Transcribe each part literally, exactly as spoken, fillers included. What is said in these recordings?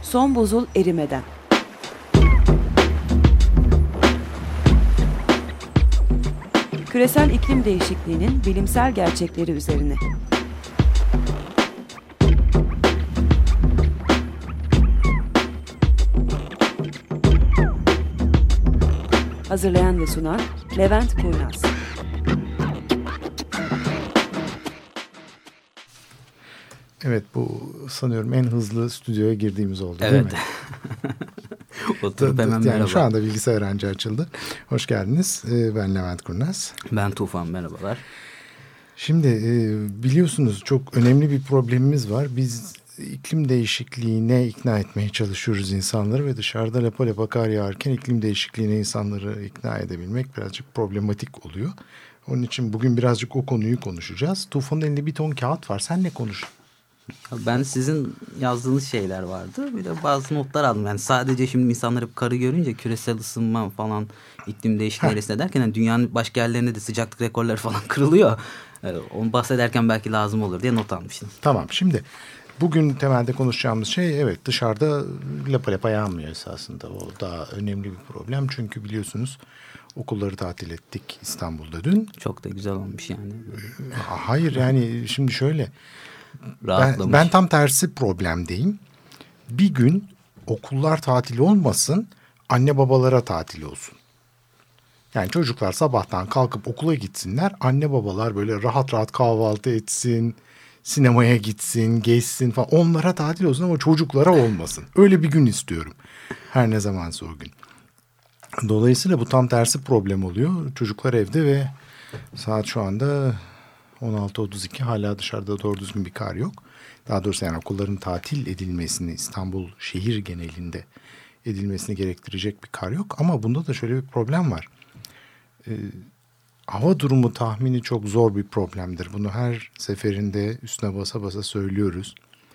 Son buzul erimeden. Küresel iklim değişikliğinin bilimsel gerçekleri üzerine. Hazırlayan ve sunan Levent Kurnaz. Evet, bu sanıyorum en hızlı stüdyoya girdiğimiz oldu, evet. Değil mi? Oturup hemen yani merhaba. Şu anda bilgisayar ancı açıldı. Hoş geldiniz. Ben Levent Kurnaz. Ben Tufan, merhabalar. Şimdi biliyorsunuz çok önemli bir problemimiz var. Biz iklim değişikliğine ikna etmeye çalışıyoruz insanları ve dışarıda lapa lapa kar yağarken iklim değişikliğine insanları ikna edebilmek birazcık problematik oluyor. Onun için bugün birazcık o konuyu konuşacağız. Tufan'ın elinde bir ton kağıt var. Sen ne konuş? Ben sizin yazdığınız şeyler vardı. Bir de bazı notlar aldım. Yani sadece şimdi insanlar hep karı görünce küresel ısınma falan, iklim değişikliği neresine derken yani dünyanın başka yerlerinde de sıcaklık rekorları falan kırılıyor. Onu bahsederken belki lazım olur diye not almıştım. Tamam, şimdi bugün temelde konuşacağımız şey, evet, dışarıda lapa lapa yağmıyor esasında. O daha önemli bir problem. Çünkü biliyorsunuz okulları tatil ettik İstanbul'da dün. Çok da güzel olmuş yani. Hayır yani şimdi şöyle. Ben, ben tam tersi problemdeyim. Bir gün okullar tatil olmasın, anne babalara tatil olsun. Yani çocuklar sabahtan kalkıp okula gitsinler, anne babalar böyle rahat rahat kahvaltı etsin, sinemaya gitsin, gezsin falan. Onlara tatil olsun ama çocuklara olmasın. Öyle bir gün istiyorum. Her ne zamansa o gün. Dolayısıyla bu tam tersi problem oluyor. Çocuklar evde ve saat şu anda on altı otuz iki, hala dışarıda doğru düzgün bir kar yok. Daha doğrusu yani okulların tatil edilmesini, İstanbul şehir genelinde edilmesini gerektirecek bir kar yok. Ama bunda da şöyle bir problem var. Ee, hava durumu tahmini çok zor bir problemdir. Bunu her seferinde üstüne basa basa söylüyoruz.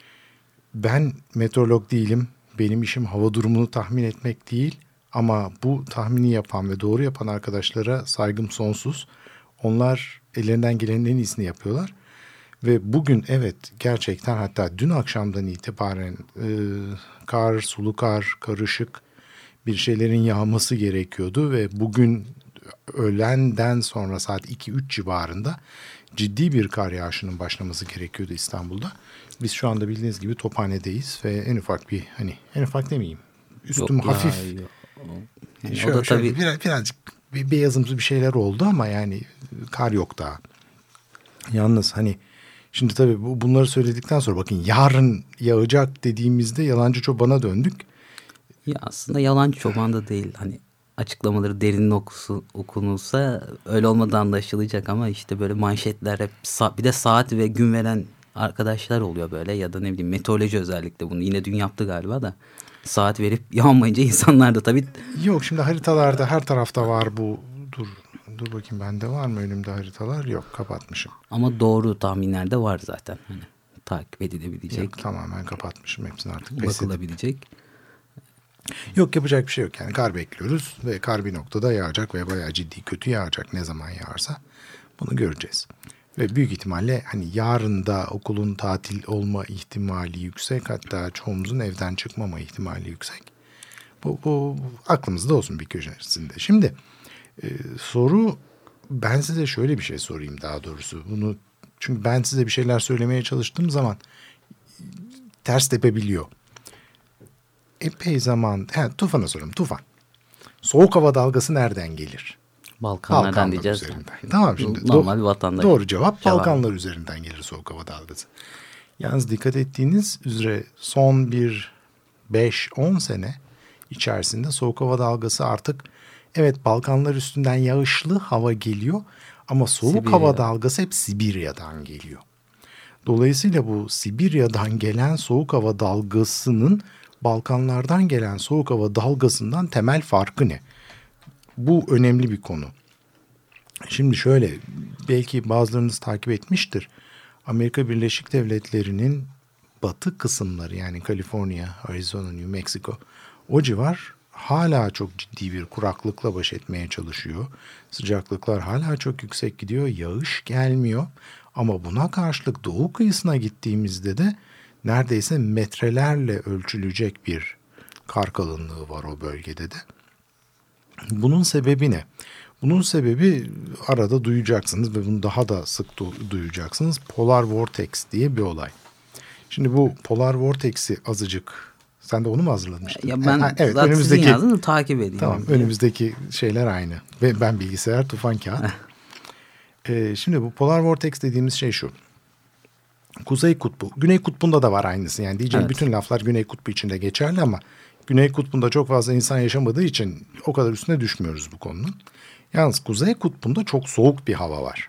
Ben meteorolog değilim. Benim işim hava durumunu tahmin etmek değil. Ama bu tahmini yapan ve doğru yapan arkadaşlara saygım sonsuz. Onlar ellerinden gelenin en iyisini yapıyorlar. Ve bugün evet gerçekten, hatta dün akşamdan itibaren e, kar, sulu kar, karışık bir şeylerin yağması gerekiyordu. Ve bugün öğlenden sonra saat iki üç civarında ciddi bir kar yağışının başlaması gerekiyordu İstanbul'da. Biz şu anda bildiğiniz gibi Tophane'deyiz ve en ufak bir, hani en ufak demeyeyim, üstüm yok hafif. Ya, yok. Yani şöyle, o da tabii şöyle, biraz, birazcık bir beyazımsı bir şeyler oldu ama yani kar yok daha. Yalnız hani şimdi tabii bunları söyledikten sonra bakın, yarın yağacak dediğimizde yalancı çobana döndük. Ya aslında yalancı çoban da değil. Hani açıklamaları derin okusu, okunulsa öyle olmadan anlaşılacak ama işte böyle manşetler hep bir de saat ve gün veren arkadaşlar oluyor böyle, ya da ne bileyim meteoroloji özellikle bunu yine dün yaptı galiba da. Saat verip yağmayınca insanlar da tabii. Yok, şimdi haritalarda her tarafta var bu. Dur dur bakayım, bende var mı önümde haritalar? Yok, kapatmışım. Ama doğru tahminler de var zaten. Hani takip edilebilecek. Yok, tamamen kapatmışım hepsini artık. Bakılabilecek. Yok, yapacak bir şey yok yani, kar bekliyoruz ve kar bir noktada yağacak ve bayağı ciddi kötü yağacak, ne zaman yağarsa bunu göreceğiz. Ve büyük ihtimalle hani yarın da okulun tatil olma ihtimali yüksek. Hatta çoğumuzun evden çıkmama ihtimali yüksek. Bu, bu aklımızda olsun bir köşesinde. Şimdi e, soru, ben size şöyle bir şey sorayım daha doğrusu. Bunu, çünkü ben size bir şeyler söylemeye çalıştığım zaman ters tepebiliyor. Epey zaman, he, Tufan'a sorayım. Tufan, soğuk hava dalgası nereden gelir? Balkanlardan Balkanlar diyeceğiz. Üzerinden. Tamam, şimdi normal bir vatandaş. Doğru cevap, cevap Balkanlar üzerinden gelir soğuk hava dalgası. Yalnız dikkat ettiğiniz üzere son bir beş on sene içerisinde soğuk hava dalgası artık, evet, Balkanlar üstünden yağışlı hava geliyor ama soğuk Sibirya. hava dalgası hep Sibirya'dan geliyor. Dolayısıyla bu Sibirya'dan gelen soğuk hava dalgasının Balkanlardan gelen soğuk hava dalgasından temel farkı ne? Bu önemli bir konu. Şimdi şöyle, belki bazılarınız takip etmiştir. Amerika Birleşik Devletleri'nin batı kısımları, yani Kaliforniya, Arizona, New Mexico, o civar hala çok ciddi bir kuraklıkla baş etmeye çalışıyor. Sıcaklıklar hala çok yüksek gidiyor, yağış gelmiyor. Ama buna karşılık doğu kıyısına gittiğimizde de neredeyse metrelerle ölçülecek bir kar kalınlığı var o bölgede de. Bunun sebebi ne? Bunun sebebi arada duyacaksınız ve bunu daha da sık du- duyacaksınız. Polar Vortex diye bir olay. Şimdi bu Polar Vortex'i azıcık... Sen de onu mu hazırlamıştın? Ya ben ha, evet, zaten önümüzdeki, sizin yazdığını takip edeyim. Tamam, diye. önümüzdeki şeyler aynı. Ve ben bilgisayar, tufan kağıt. ee, şimdi bu Polar Vortex dediğimiz şey şu. Kuzey kutbu. Güney kutbunda da var aynısı. Yani diyeceğim Evet. bütün laflar Güney kutbu için de geçerli ama Güney kutbunda çok fazla insan yaşamadığı için o kadar üstüne düşmüyoruz bu konunun. Yalnız Kuzey kutbunda çok soğuk bir hava var.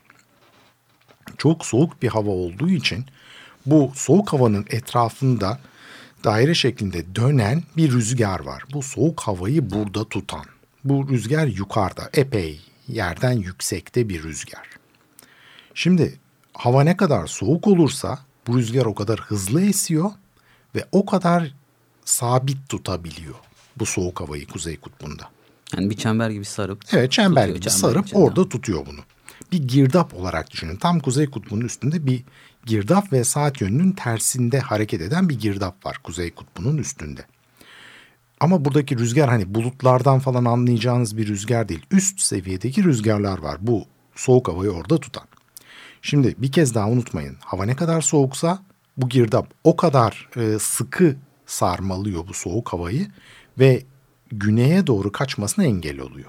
Çok soğuk bir hava olduğu için bu soğuk havanın etrafında daire şeklinde dönen bir rüzgar var. Bu soğuk havayı burada tutan. Bu rüzgar yukarıda, epey yerden yüksekte bir rüzgar. Şimdi hava ne kadar soğuk olursa bu rüzgar o kadar hızlı esiyor ve o kadar sabit tutabiliyor bu soğuk havayı Kuzey kutbunda. Yani bir çember gibi sarıp. Evet, çember tutuyor, gibi çember sarıp içinde. orada tutuyor bunu. Bir girdap olarak düşünün. Tam Kuzey kutbunun üstünde bir girdap ve saat yönünün tersinde hareket eden bir girdap var Kuzey kutbunun üstünde. Ama buradaki rüzgar hani bulutlardan falan anlayacağınız bir rüzgar değil. Üst seviyedeki rüzgarlar var bu soğuk havayı orada tutan. Şimdi bir kez daha unutmayın. Hava ne kadar soğuksa bu girdap o kadar e, sıkı sarmalıyor bu soğuk havayı ve güneye doğru kaçmasına engel oluyor.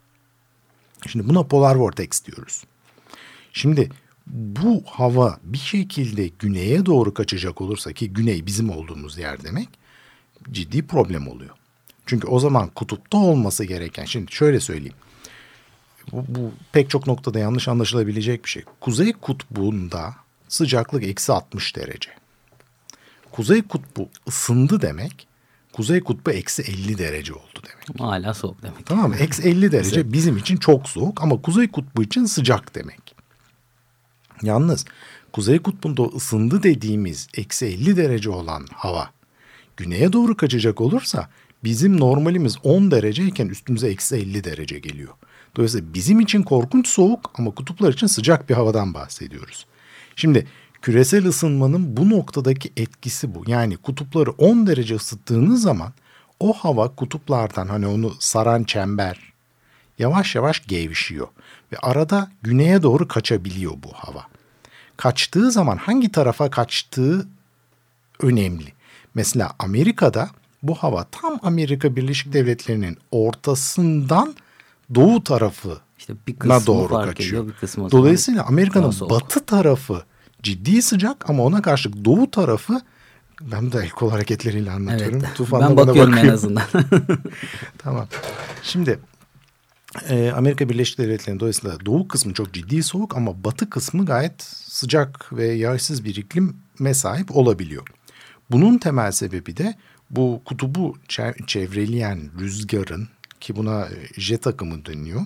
Şimdi buna polar vortex diyoruz. Şimdi bu hava bir şekilde güneye doğru kaçacak olursa, ki güney bizim olduğumuz yer demek, ciddi problem oluyor. Çünkü o zaman kutupta olması gereken, şimdi şöyle söyleyeyim. Bu, bu pek çok noktada yanlış anlaşılabilecek bir şey. Kuzey kutbunda sıcaklık eksi altmış derece. Kuzey kutbu ısındı demek, Kuzey kutbu eksi elli derece oldu demek. Ama hala soğuk demek. Tamam mı? Eksi elli derece bizim için çok soğuk ama Kuzey kutbu için sıcak demek. Yalnız Kuzey kutbunda ısındı dediğimiz eksi elli derece olan hava güneye doğru kaçacak olursa bizim normalimiz on dereceyken üstümüze eksi elli derece geliyor. Dolayısıyla bizim için korkunç soğuk ama kutuplar için sıcak bir havadan bahsediyoruz. Şimdi küresel ısınmanın bu noktadaki etkisi bu. Yani kutupları on derece ısıttığınız zaman o hava kutuplardan, hani onu saran çember, yavaş yavaş gevşiyor. Ve arada güneye doğru kaçabiliyor bu hava. Kaçtığı zaman hangi tarafa kaçtığı önemli. Mesela Amerika'da bu hava tam Amerika Birleşik Devletleri'nin ortasından doğu tarafı İşte bir kısmı doğru fark kaçıyor. ediyor, bir kısmı o zaman Dolayısıyla Amerika'nın daha soğuk. batı tarafı ciddi sıcak ama ona karşılık doğu tarafı, ben de el kol hareketleriyle anlatıyorum. Evet. Tufan da Ben bana bakıyorum en bakıyor. azından. Tamam. Şimdi e, Amerika Birleşik Devletleri'nin dolayısıyla doğu kısmı çok ciddi soğuk ama batı kısmı gayet sıcak ve yağışsız bir iklime sahip olabiliyor. Bunun temel sebebi de bu kutubu çevreleyen rüzgarın, ki buna jet akımı deniyor,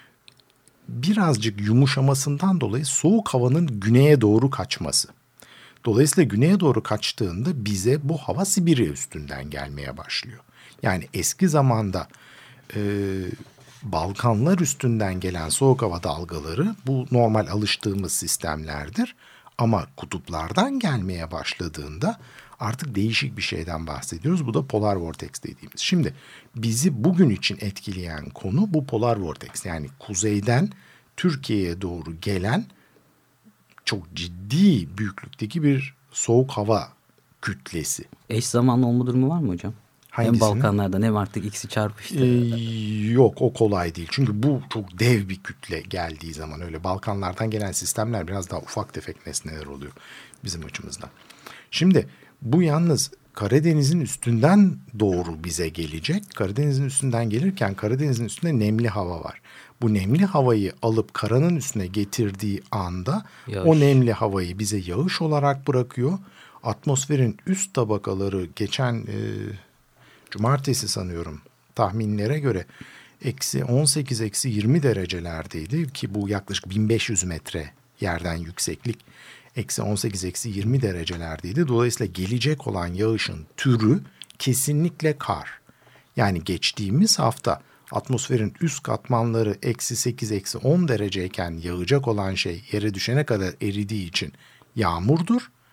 birazcık yumuşamasından dolayı soğuk havanın güneye doğru kaçması. Dolayısıyla güneye doğru kaçtığında bize bu hava Sibirya üstünden gelmeye başlıyor. Yani eski zamanda e, Balkanlar üstünden gelen soğuk hava dalgaları bu normal alıştığımız sistemlerdir. Ama kutuplardan gelmeye başladığında artık değişik bir şeyden bahsediyoruz. Bu da polar vortex dediğimiz. Şimdi bizi bugün için etkileyen konu bu polar vortex. Yani kuzeyden Türkiye'ye doğru gelen çok ciddi büyüklükteki bir soğuk hava kütlesi. Eş zamanlı olma durumu var mı hocam? Hangisinin? Hem Balkanlardan hem artık ikisi çarpıştı. Ee, yok, o kolay değil. Çünkü bu çok dev bir kütle geldiği zaman, öyle Balkanlardan gelen sistemler biraz daha ufak tefek nesneler oluyor bizim açımızdan. Şimdi bu yalnız Karadeniz'in üstünden doğru bize gelecek. Karadeniz'in üstünden gelirken Karadeniz'in üstünde nemli hava var. Bu nemli havayı alıp karanın üstüne getirdiği anda Yağış. o nemli havayı bize yağış olarak bırakıyor. Atmosferin üst tabakaları geçen e, cumartesi sanıyorum tahminlere göre eksi on sekiz eksi yirmi derecelerdeydi ki bu yaklaşık bin beş yüz metre yerden yükseklik. Eksi on sekiz eksi yirmi derecelerdeydi. Dolayısıyla gelecek olan yağışın türü kesinlikle kar. Yani geçtiğimiz hafta atmosferin üst katmanları eksi sekiz eksi on dereceyken yağacak olan şey yere düşene kadar eridiği için yağmurdur.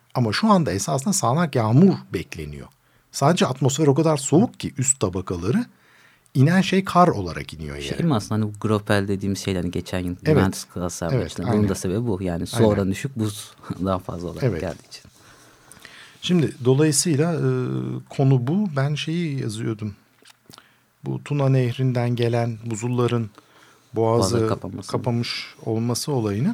Ama şu anda esasında sağanak yağmur bekleniyor. Sadece atmosfer o kadar soğuk ki üst tabakaları inen şey kar olarak iniyor yere. Şey mi aslında hani Gropel dediğimiz şeyler hani geçen yıl evet. mühendislik hasar evet, başında. Bunun da sebebi bu. Yani su oranı düşük, buz daha fazla olarak evet. geldiği için. Şimdi dolayısıyla e, konu bu. Ben şeyi yazıyordum. Bu Tuna Nehri'nden gelen buzulların boğazı kapamış olması olayını.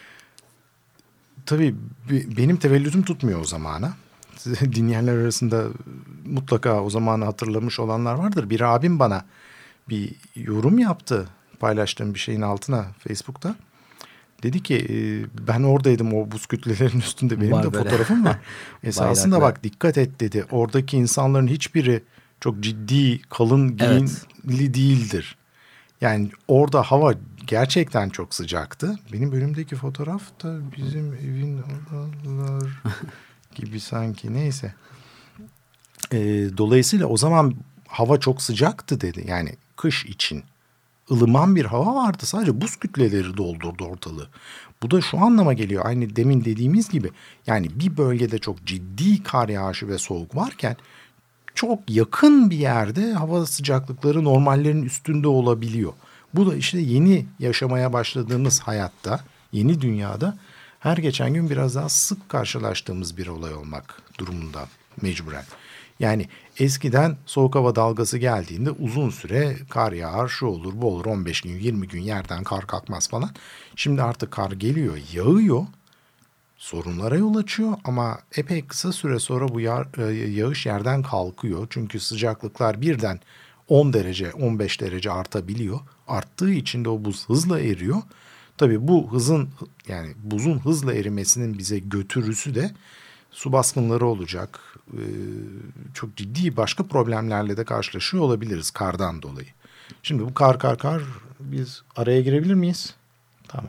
Tabii benim tevellüdüm tutmuyor o zamana. Dinleyenler arasında mutlaka o zamanı hatırlamış olanlar vardır. Bir abim bana bir yorum yaptı paylaştığım bir şeyin altına Facebook'ta. Dedi ki ben oradaydım, o buz kütlelerinin üstünde benim var de böyle fotoğrafım var. Esasında bak dikkat et dedi. Oradaki insanların hiçbiri çok ciddi, kalın giyinli evet. değildir. Yani orada hava gerçekten çok sıcaktı. Benim bölümdeki fotoğraf da bizim evin oralar gibi sanki, neyse. E, dolayısıyla o zaman hava çok sıcaktı dedi. Yani kış için ılıman bir hava vardı. Sadece buz kütleleri doldurdu ortalığı. Bu da şu anlama geliyor. Aynı demin dediğimiz gibi. Yani bir bölgede çok ciddi kar yağışı ve soğuk varken çok yakın bir yerde hava sıcaklıkları normallerin üstünde olabiliyor. Bu da işte yeni yaşamaya başladığımız hayatta, yeni dünyada her geçen gün biraz daha sık karşılaştığımız bir olay olmak durumunda mecburen. Yani eskiden soğuk hava dalgası geldiğinde uzun süre kar yağar, şu olur bu olur, on beş gün yirmi gün yerden kar kalkmaz falan. Şimdi artık kar geliyor, yağıyor, sorunlara yol açıyor ama epey kısa süre sonra bu yağ, yağış yerden kalkıyor. Çünkü sıcaklıklar birden on derece on beş derece artabiliyor. Arttığı için de o buz hızla eriyor. Tabii bu hızın, yani buzun hızla erimesinin bize götürüsü de su baskınları olacak. Ee, çok ciddi başka problemlerle de karşılaşıyor olabiliriz kardan dolayı. Şimdi bu kar kar kar, biz araya girebilir miyiz? Tamam.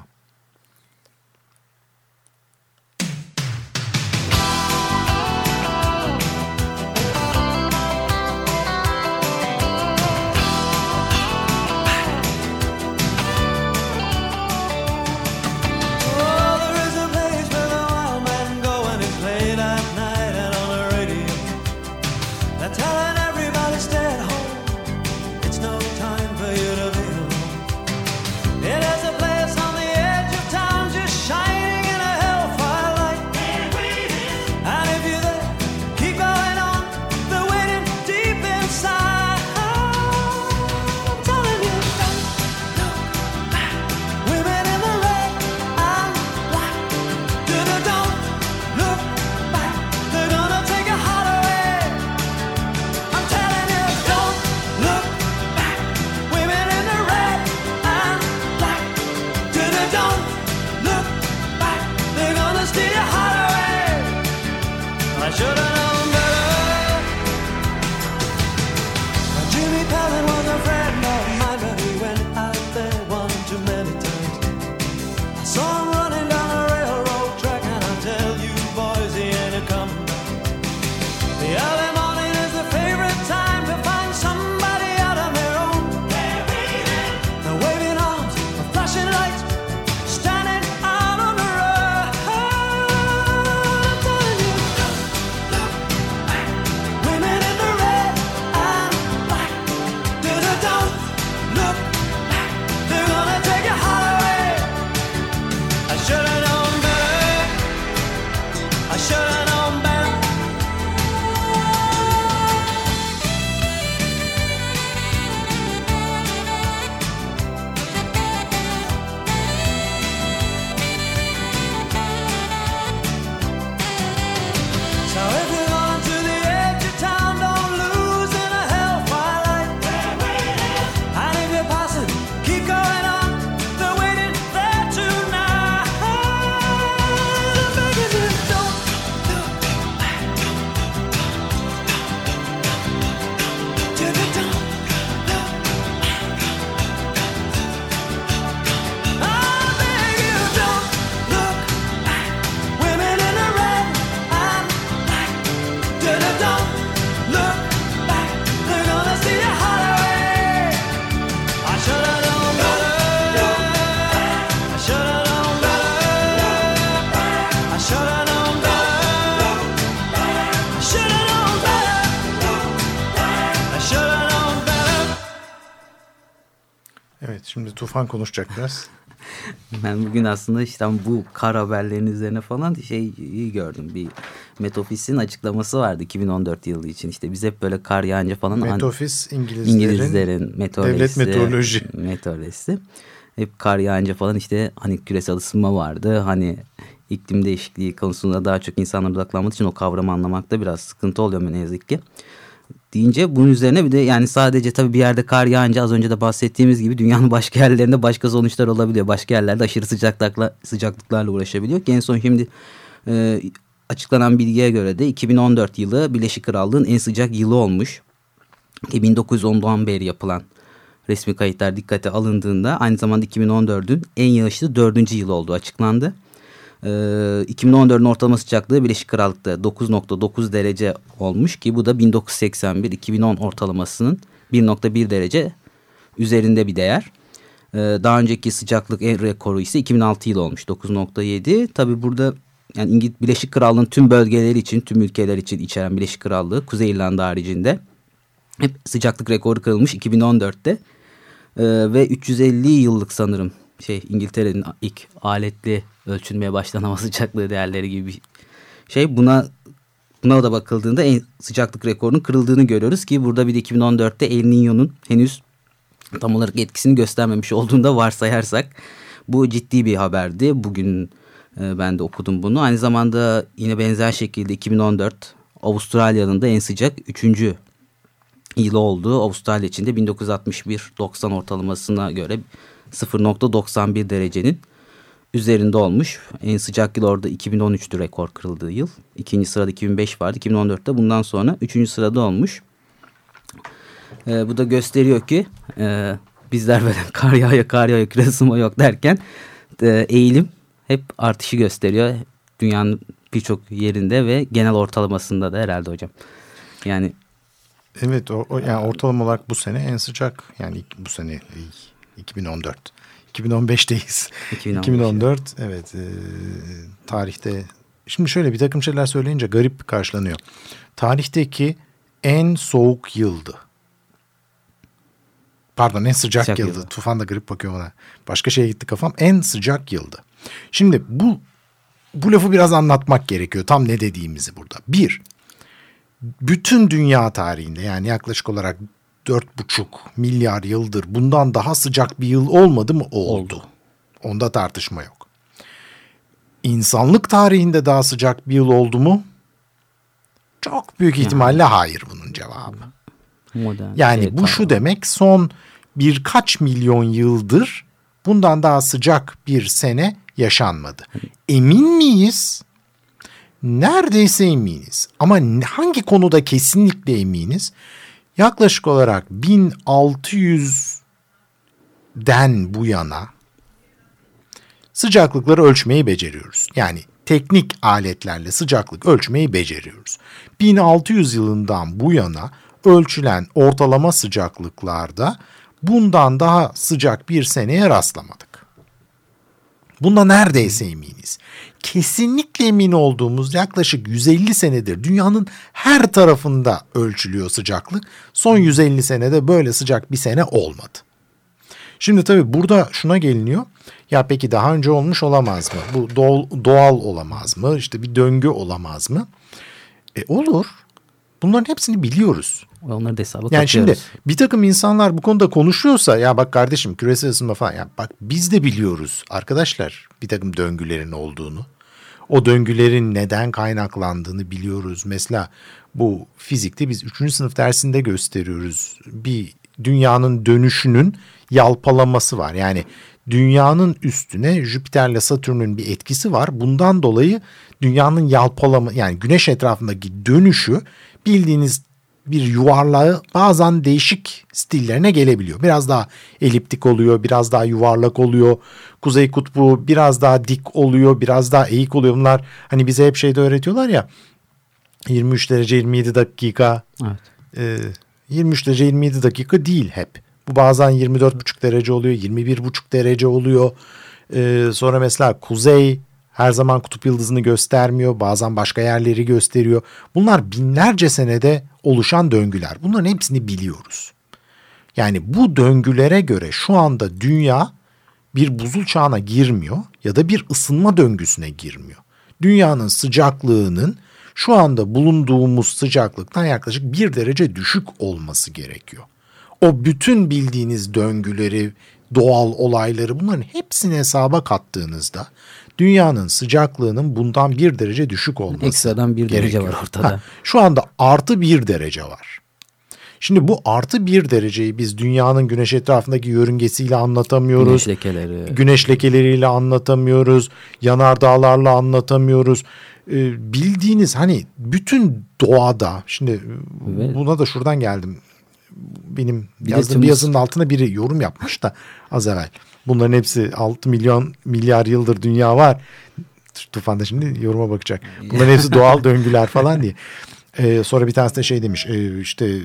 Tufan konuşacak biraz. Ben bugün aslında işte bu kar haberlerinin üzerine falan şey gördüm. Bir Met Office'in açıklaması vardı iki bin on dört yılı için. İşte biz hep böyle kar yağınca falan. Met Office İngilizlerin, İngilizlerin meteorolojisi, devlet meteoroloji. meteorolojisi. Hep kar yağınca falan işte hani küresel ısınma vardı. Hani iklim değişikliği konusunda daha çok insanlar odaklanmak için o kavramı anlamakta biraz sıkıntı oluyor ne yazık ki. Deyince bunun üzerine bir de yani sadece tabii bir yerde kar yağınca az önce de bahsettiğimiz gibi dünyanın başka yerlerinde başka sonuçlar olabiliyor. Başka yerlerde aşırı sıcaklıkla, sıcaklıklarla uğraşabiliyor. En son şimdi e, açıklanan bilgiye göre de iki bin on dört yılı Birleşik Krallığın en sıcak yılı olmuş. bin dokuz yüz ondan beri yapılan resmi kayıtlar dikkate alındığında aynı zamanda iki bin on dördün en yağışlı dördüncü yılı olduğu açıklandı. iki bin on dördün ortalama sıcaklığı Birleşik Krallık'ta dokuz nokta dokuz derece olmuş ki bu da bin dokuz yüz seksen bir iki bin on ortalamasının bir nokta bir derece üzerinde bir değer. Daha önceki sıcaklık en rekoru ise iki bin altı yılı olmuş dokuz nokta yedi. Tabii burada yani İngiliz Birleşik Krallığı'nın tüm bölgeleri için, tüm ülkeler için içeren Birleşik Krallığı, Kuzey İrlanda haricinde hep sıcaklık rekoru kırılmış iki bin on dörtte ve üç yüz elli yıllık sanırım şey İngiltere'nin ilk aletli ölçülmeye başlanan hava sıcaklığı değerleri gibi bir şey. Buna buna da bakıldığında en sıcaklık rekorunun kırıldığını görüyoruz ki burada bir de iki bin on dörtte El Niño'nun henüz tam olarak etkisini göstermemiş olduğunu da varsayarsak bu ciddi bir haberdi. Bugün e, ben de okudum bunu. Aynı zamanda yine benzer şekilde iki bin on dört Avustralya'nın da en sıcak üçüncü yılı olduğu, Avustralya için de bin dokuz yüz altmış bir doksan ortalamasına göre sıfır nokta doksan bir derecenin üzerinde olmuş. En sıcak yıl orada iki bin on üçtü rekor kırıldığı yıl. İkinci sırada iki bin beş vardı. iki bin on dörtte bundan sonra üçüncü sırada olmuş. Ee, bu da gösteriyor ki e, bizler böyle kar yağıyor, kar yağıyor, küresel ısınma yok derken e, eğilim hep artışı gösteriyor. Dünyanın birçok yerinde ve genel ortalamasında da herhalde hocam. Yani evet o, o yani ortalama olarak bu sene en sıcak yani bu sene iki bin on dört. iki bin on beşteyiz. iki bin on beş. iki bin on dört evet e, tarihte şimdi şöyle bir takım şeyler söyleyince garip karşılanıyor. Tarihteki en soğuk yıldı. Pardon en sıcak, sıcak yıldı. yıldı. Tufan da garip bakıyor bana. Başka şeye gitti kafam. En sıcak yıldı. Şimdi bu bu lafı biraz anlatmak gerekiyor. Tam ne dediğimizi burada. Bir, bütün dünya tarihinde yani yaklaşık olarak dört buçuk milyar yıldır bundan daha sıcak bir yıl olmadı mı? Oldu. Oldu. Onda tartışma yok. İnsanlık tarihinde daha sıcak bir yıl oldu mu? Çok büyük ihtimalle yani. Hayır bunun cevabı. Modern, yani evet, bu tamam. Şu demek son birkaç milyon yıldır bundan daha sıcak bir sene yaşanmadı. Emin miyiz? Neredeyse eminiz. Ama hangi konuda kesinlikle eminiz? Yaklaşık olarak bin altı yüzden bu yana sıcaklıkları ölçmeyi beceriyoruz. Yani teknik aletlerle sıcaklık ölçmeyi beceriyoruz. bin altı yüz yılından bu yana ölçülen ortalama sıcaklıklarda bundan daha sıcak bir seneye rastlamadık. Bunda neredeyse eminiz. Kesinlikle emin olduğumuz yaklaşık yüz elli senedir dünyanın her tarafında ölçülüyor sıcaklık. Son yüz elli senede böyle sıcak bir sene olmadı. Şimdi tabii burada şuna geliniyor. Ya peki daha önce olmuş olamaz mı? Bu doğal, doğal olamaz mı? İşte bir döngü olamaz mı? E olur. Bunların hesabını biliyoruz. Onları da hesaba yani şimdi bir takım insanlar bu konuda konuşuyorsa ya bak kardeşim küresel ısınma falan ya bak biz de biliyoruz arkadaşlar bir takım döngülerin olduğunu. O döngülerin neden kaynaklandığını biliyoruz. Mesela bu fizikte biz üçüncü sınıf dersinde gösteriyoruz. Bir dünyanın dönüşünün yalpalaması var. Yani dünyanın üstüne Jüpiter'le Satürn'ün bir etkisi var. Bundan dolayı dünyanın yalpalama yani güneş etrafındaki dönüşü bildiğiniz bir yuvarlağı bazen değişik stillerine gelebiliyor. Biraz daha eliptik oluyor, biraz daha yuvarlak oluyor. Kuzey kutbu biraz daha dik oluyor, biraz daha eğik oluyor. Bunlar hani bize hep şeyde öğretiyorlar ya yirmi üç derece yirmi yedi dakika. Evet. E, yirmi üç derece yirmi yedi dakika değil hep. Bu bazen yirmi dört buçuk derece oluyor, yirmi bir buçuk derece oluyor. E, sonra mesela kuzey her zaman kutup yıldızını göstermiyor. Bazen başka yerleri gösteriyor. Bunlar binlerce senede oluşan döngüler. Bunların hepsini biliyoruz. Yani bu döngülere göre şu anda dünya bir buzul çağına girmiyor ya da bir ısınma döngüsüne girmiyor. Dünyanın sıcaklığının şu anda bulunduğumuz sıcaklıktan yaklaşık bir derece düşük olması gerekiyor. O bütün bildiğiniz döngüleri, doğal olayları, bunların hepsini hesaba kattığınızda dünyanın sıcaklığının bundan bir derece düşük olması Ekstradan bir derece gerekiyor. var ortada. Ha, şu anda artı bir derece var. Şimdi bu artı bir dereceyi biz dünyanın güneş etrafındaki yörüngesiyle anlatamıyoruz. Güneş lekeleri. Güneş lekeleriyle anlatamıyoruz. Yanardağlarla anlatamıyoruz. Ee, bildiğiniz hani bütün doğada, şimdi Ve buna da şuradan geldim. Benim Bir de yazdığım tüm- bir yazının altına biri yorum yapmış da az evvel. Bunların hepsi altı milyon milyar yıldır dünya var. Tufan da şimdi yoruma bakacak. Bunların hepsi doğal döngüler falan diye. Ee, sonra bir tanesi de şey demiş, e, işte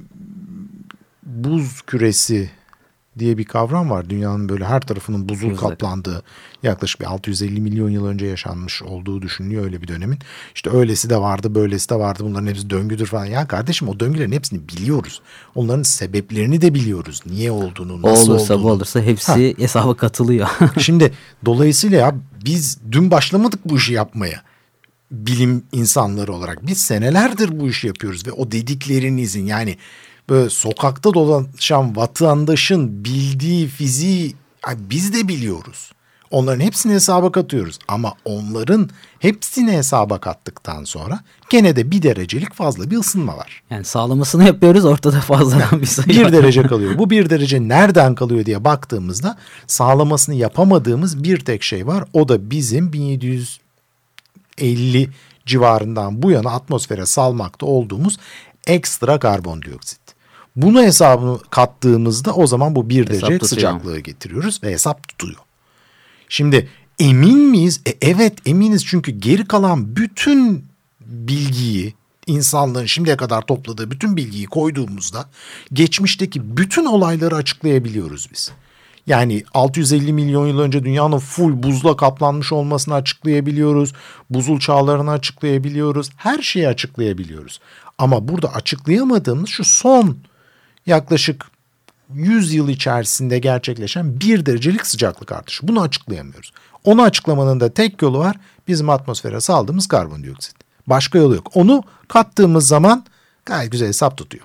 buz küresi diye bir kavram var. Dünyanın böyle her tarafının buzul Buzla. kaplandığı, yaklaşık bir altı yüz elli milyon yıl önce yaşanmış olduğu düşünülüyor öyle bir dönemin. İşte öylesi de vardı, böylesi de vardı. Bunların hepsi döngüdür falan. Ya kardeşim, o döngülerin hepsini biliyoruz. Onların sebeplerini de biliyoruz. Niye olduğunu, O nasıl olursa olduğunu. bu olursa hepsi hesaba katılıyor. Şimdi dolayısıyla ya biz dün başlamadık bu işi yapmaya. Bilim insanları olarak biz senelerdir bu işi yapıyoruz ve o dediklerinizin, yani böyle sokakta dolaşan vatandaşın bildiği fiziği ya biz de biliyoruz. Onların hepsini hesaba katıyoruz ama onların hepsini hesaba kattıktan sonra gene de bir derecelik fazla bir ısınma var. Yani sağlamasını yapıyoruz, ortada fazladan bir sayı Bir var. derece kalıyor. Bu bir derece nereden kalıyor diye baktığımızda sağlamasını yapamadığımız bir tek şey var. O da bizim bin yedi yüz elli civarından bu yana atmosfere salmakta olduğumuz ekstra karbondioksit. Bunu hesabını kattığımızda o zaman bu bir Hesap derece tutuyor. sıcaklığı getiriyoruz ve hesap tutuyor. Şimdi emin miyiz? E, evet eminiz, çünkü geri kalan bütün bilgiyi, insanlığın şimdiye kadar topladığı bütün bilgiyi koyduğumuzda geçmişteki bütün olayları açıklayabiliyoruz biz. Yani altı yüz elli milyon yıl önce dünyanın full buzla kaplanmış olmasını açıklayabiliyoruz. Buzul çağlarını açıklayabiliyoruz. Her şeyi açıklayabiliyoruz. Ama burada açıklayamadığımız şu son yaklaşık yüz yıl içerisinde gerçekleşen bir derecelik sıcaklık artışı. Bunu açıklayamıyoruz. Onu açıklamanın da tek yolu var. Bizim atmosfere saldığımız karbondioksit. Başka yolu yok. Onu kattığımız zaman gayet güzel hesap tutuyor.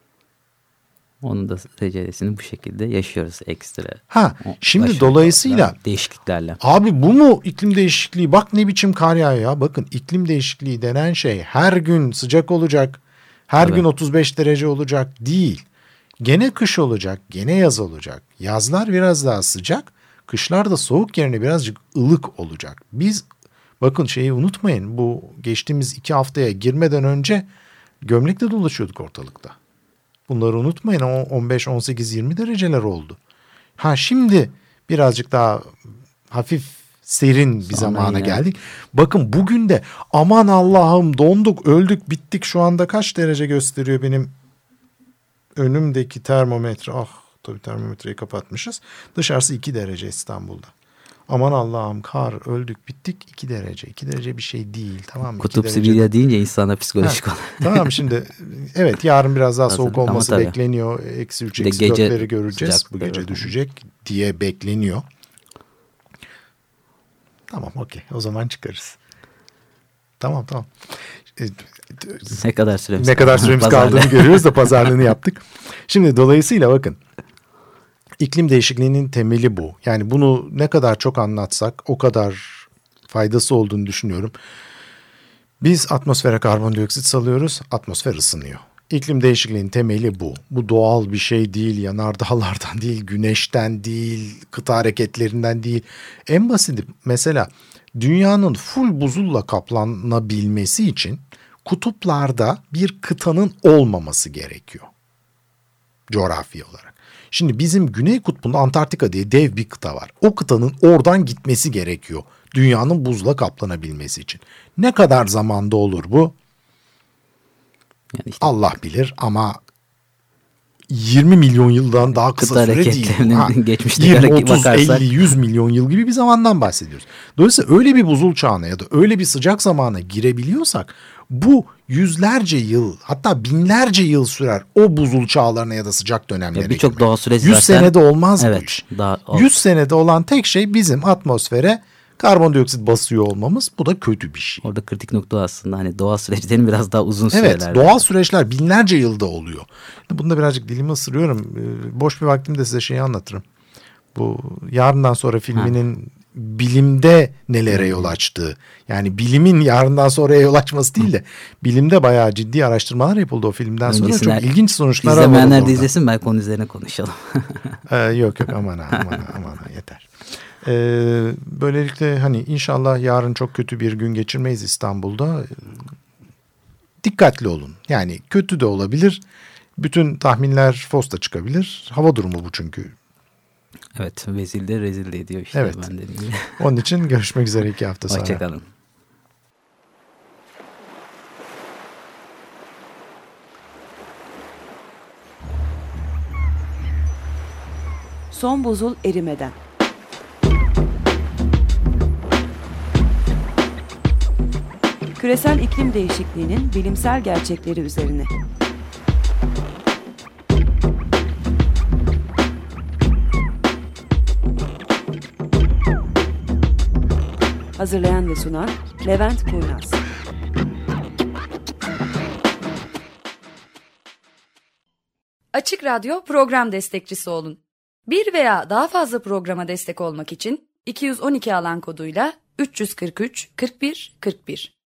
Onun da derecesini bu şekilde yaşıyoruz ekstra. Ha, şimdi Başarılı dolayısıyla değişikliklerle. abi bu mu iklim değişikliği? Bak ne biçim kar yağıyor ya. Bakın, iklim değişikliği denen şey her gün sıcak olacak, her Tabii. gün otuz beş derece olacak değil. Gene kış olacak, gene yaz olacak. Yazlar biraz daha sıcak, kışlar da soğuk yerine birazcık ılık olacak. Biz bakın şeyi unutmayın, bu geçtiğimiz iki haftaya girmeden önce gömlekle dolaşıyorduk ortalıkta. Bunları unutmayın, o on beş, on sekiz, yirmi dereceler oldu. Ha şimdi birazcık daha hafif serin bir Sonra zamana yine. geldik. Bakın bugün de aman Allah'ım donduk, öldük, bittik. Şu anda kaç derece gösteriyor benim önümdeki termometre? Ah tabii termometreyi kapatmışız. Dışarısı iki derece İstanbul'da. Aman Allah'ım kar, öldük, bittik, iki derece. iki derece bir şey değil, tamam mı? Kutup İki derece- Sibirya deyince insana psikolojik Ha, olarak. Tamam şimdi evet yarın biraz daha soğuk Ama olması tabii. bekleniyor. Eksi üç, Bir de eksi gece dörtleri göreceğiz. Bu sıcaklıkları gece var. düşecek diye bekleniyor. Tamam okey, o zaman çıkarız. Tamam tamam. E, Ne kadar süremiz ne kadar kaldı? süremiz Pazarda. kaldığını görüyoruz da pazarlığını yaptık. Şimdi dolayısıyla bakın, iklim değişikliğinin temeli bu. Yani bunu ne kadar çok anlatsak o kadar faydası olduğunu düşünüyorum. Biz atmosfere karbondioksit salıyoruz, atmosfer ısınıyor. İklim değişikliğinin temeli bu. Bu doğal bir şey değil, yanardağlardan değil, güneşten değil, kıta hareketlerinden değil. En basiti mesela dünyanın full buzulla kaplanabilmesi için kutuplarda bir kıtanın olmaması gerekiyor. Coğrafi olarak. Şimdi bizim Güney Kutbu'nda Antarktika diye dev bir kıta var. O kıtanın oradan gitmesi gerekiyor dünyanın buzla kaplanabilmesi için. Ne kadar zamanda olur bu? Yani işte Allah bilir ama yirmi milyon yıldan daha kısa Kıta süre değil. hareketlerinin Ha, geçmişte yirmi, hareket otuz, bakarsak- elli, yüz milyon yıl gibi bir zamandan bahsediyoruz. Dolayısıyla öyle bir buzul çağına ya da öyle bir sıcak zamana girebiliyorsak bu yüzlerce yıl, hatta binlerce yıl sürer o buzul çağlarına ya da sıcak dönemlere. Birçok doğa süreci yüz zaten. senede olmaz Evet, bu iş. Daha, yüz senede olan tek şey bizim atmosfere karbondioksit basıyor olmamız. Bu da kötü bir şey. Orada kritik nokta aslında hani doğa süreçlerinin biraz daha uzun Evet, süreler. doğal süreçler binlerce yılda oluyor. Bunda birazcık dilimi ısırıyorum. Ee, Boş bir vaktimde size şeyi anlatırım. Bu Yarından Sonra filminin ha. bilimde nelere yol açtığı. Yani bilimin yarından sonraya yol açması değil de bilimde bayağı ciddi araştırmalar yapıldı o filmden sonra. Çok ilginç sonuçlar alındı. İzlemeyenler de izlesin, belki onun üzerine konuşalım. ee, yok yok aman ha, aman ha, aman ha, yeter. Ee, böylelikle hani inşallah yarın çok kötü bir gün geçirmeyiz İstanbul'da. Dikkatli olun. Yani kötü de olabilir. Bütün tahminler Fosta çıkabilir. Hava durumu bu çünkü. Evet, vezil de rezil de ediyor işte. Evet. Ben dediğim gibi. Onun için görüşmek üzere iki hafta sonra. Hoşçakalın. Son buzul erimeden. Küresel iklim değişikliğinin bilimsel gerçekleri üzerine. Hazırlayan ve sunan Levent Kurnaz. Açık Radyo program destekçisi olun. Bir veya daha fazla programa destek olmak için iki yüz on iki alan koduyla üç yüz kırk üç kırk bir kırk bir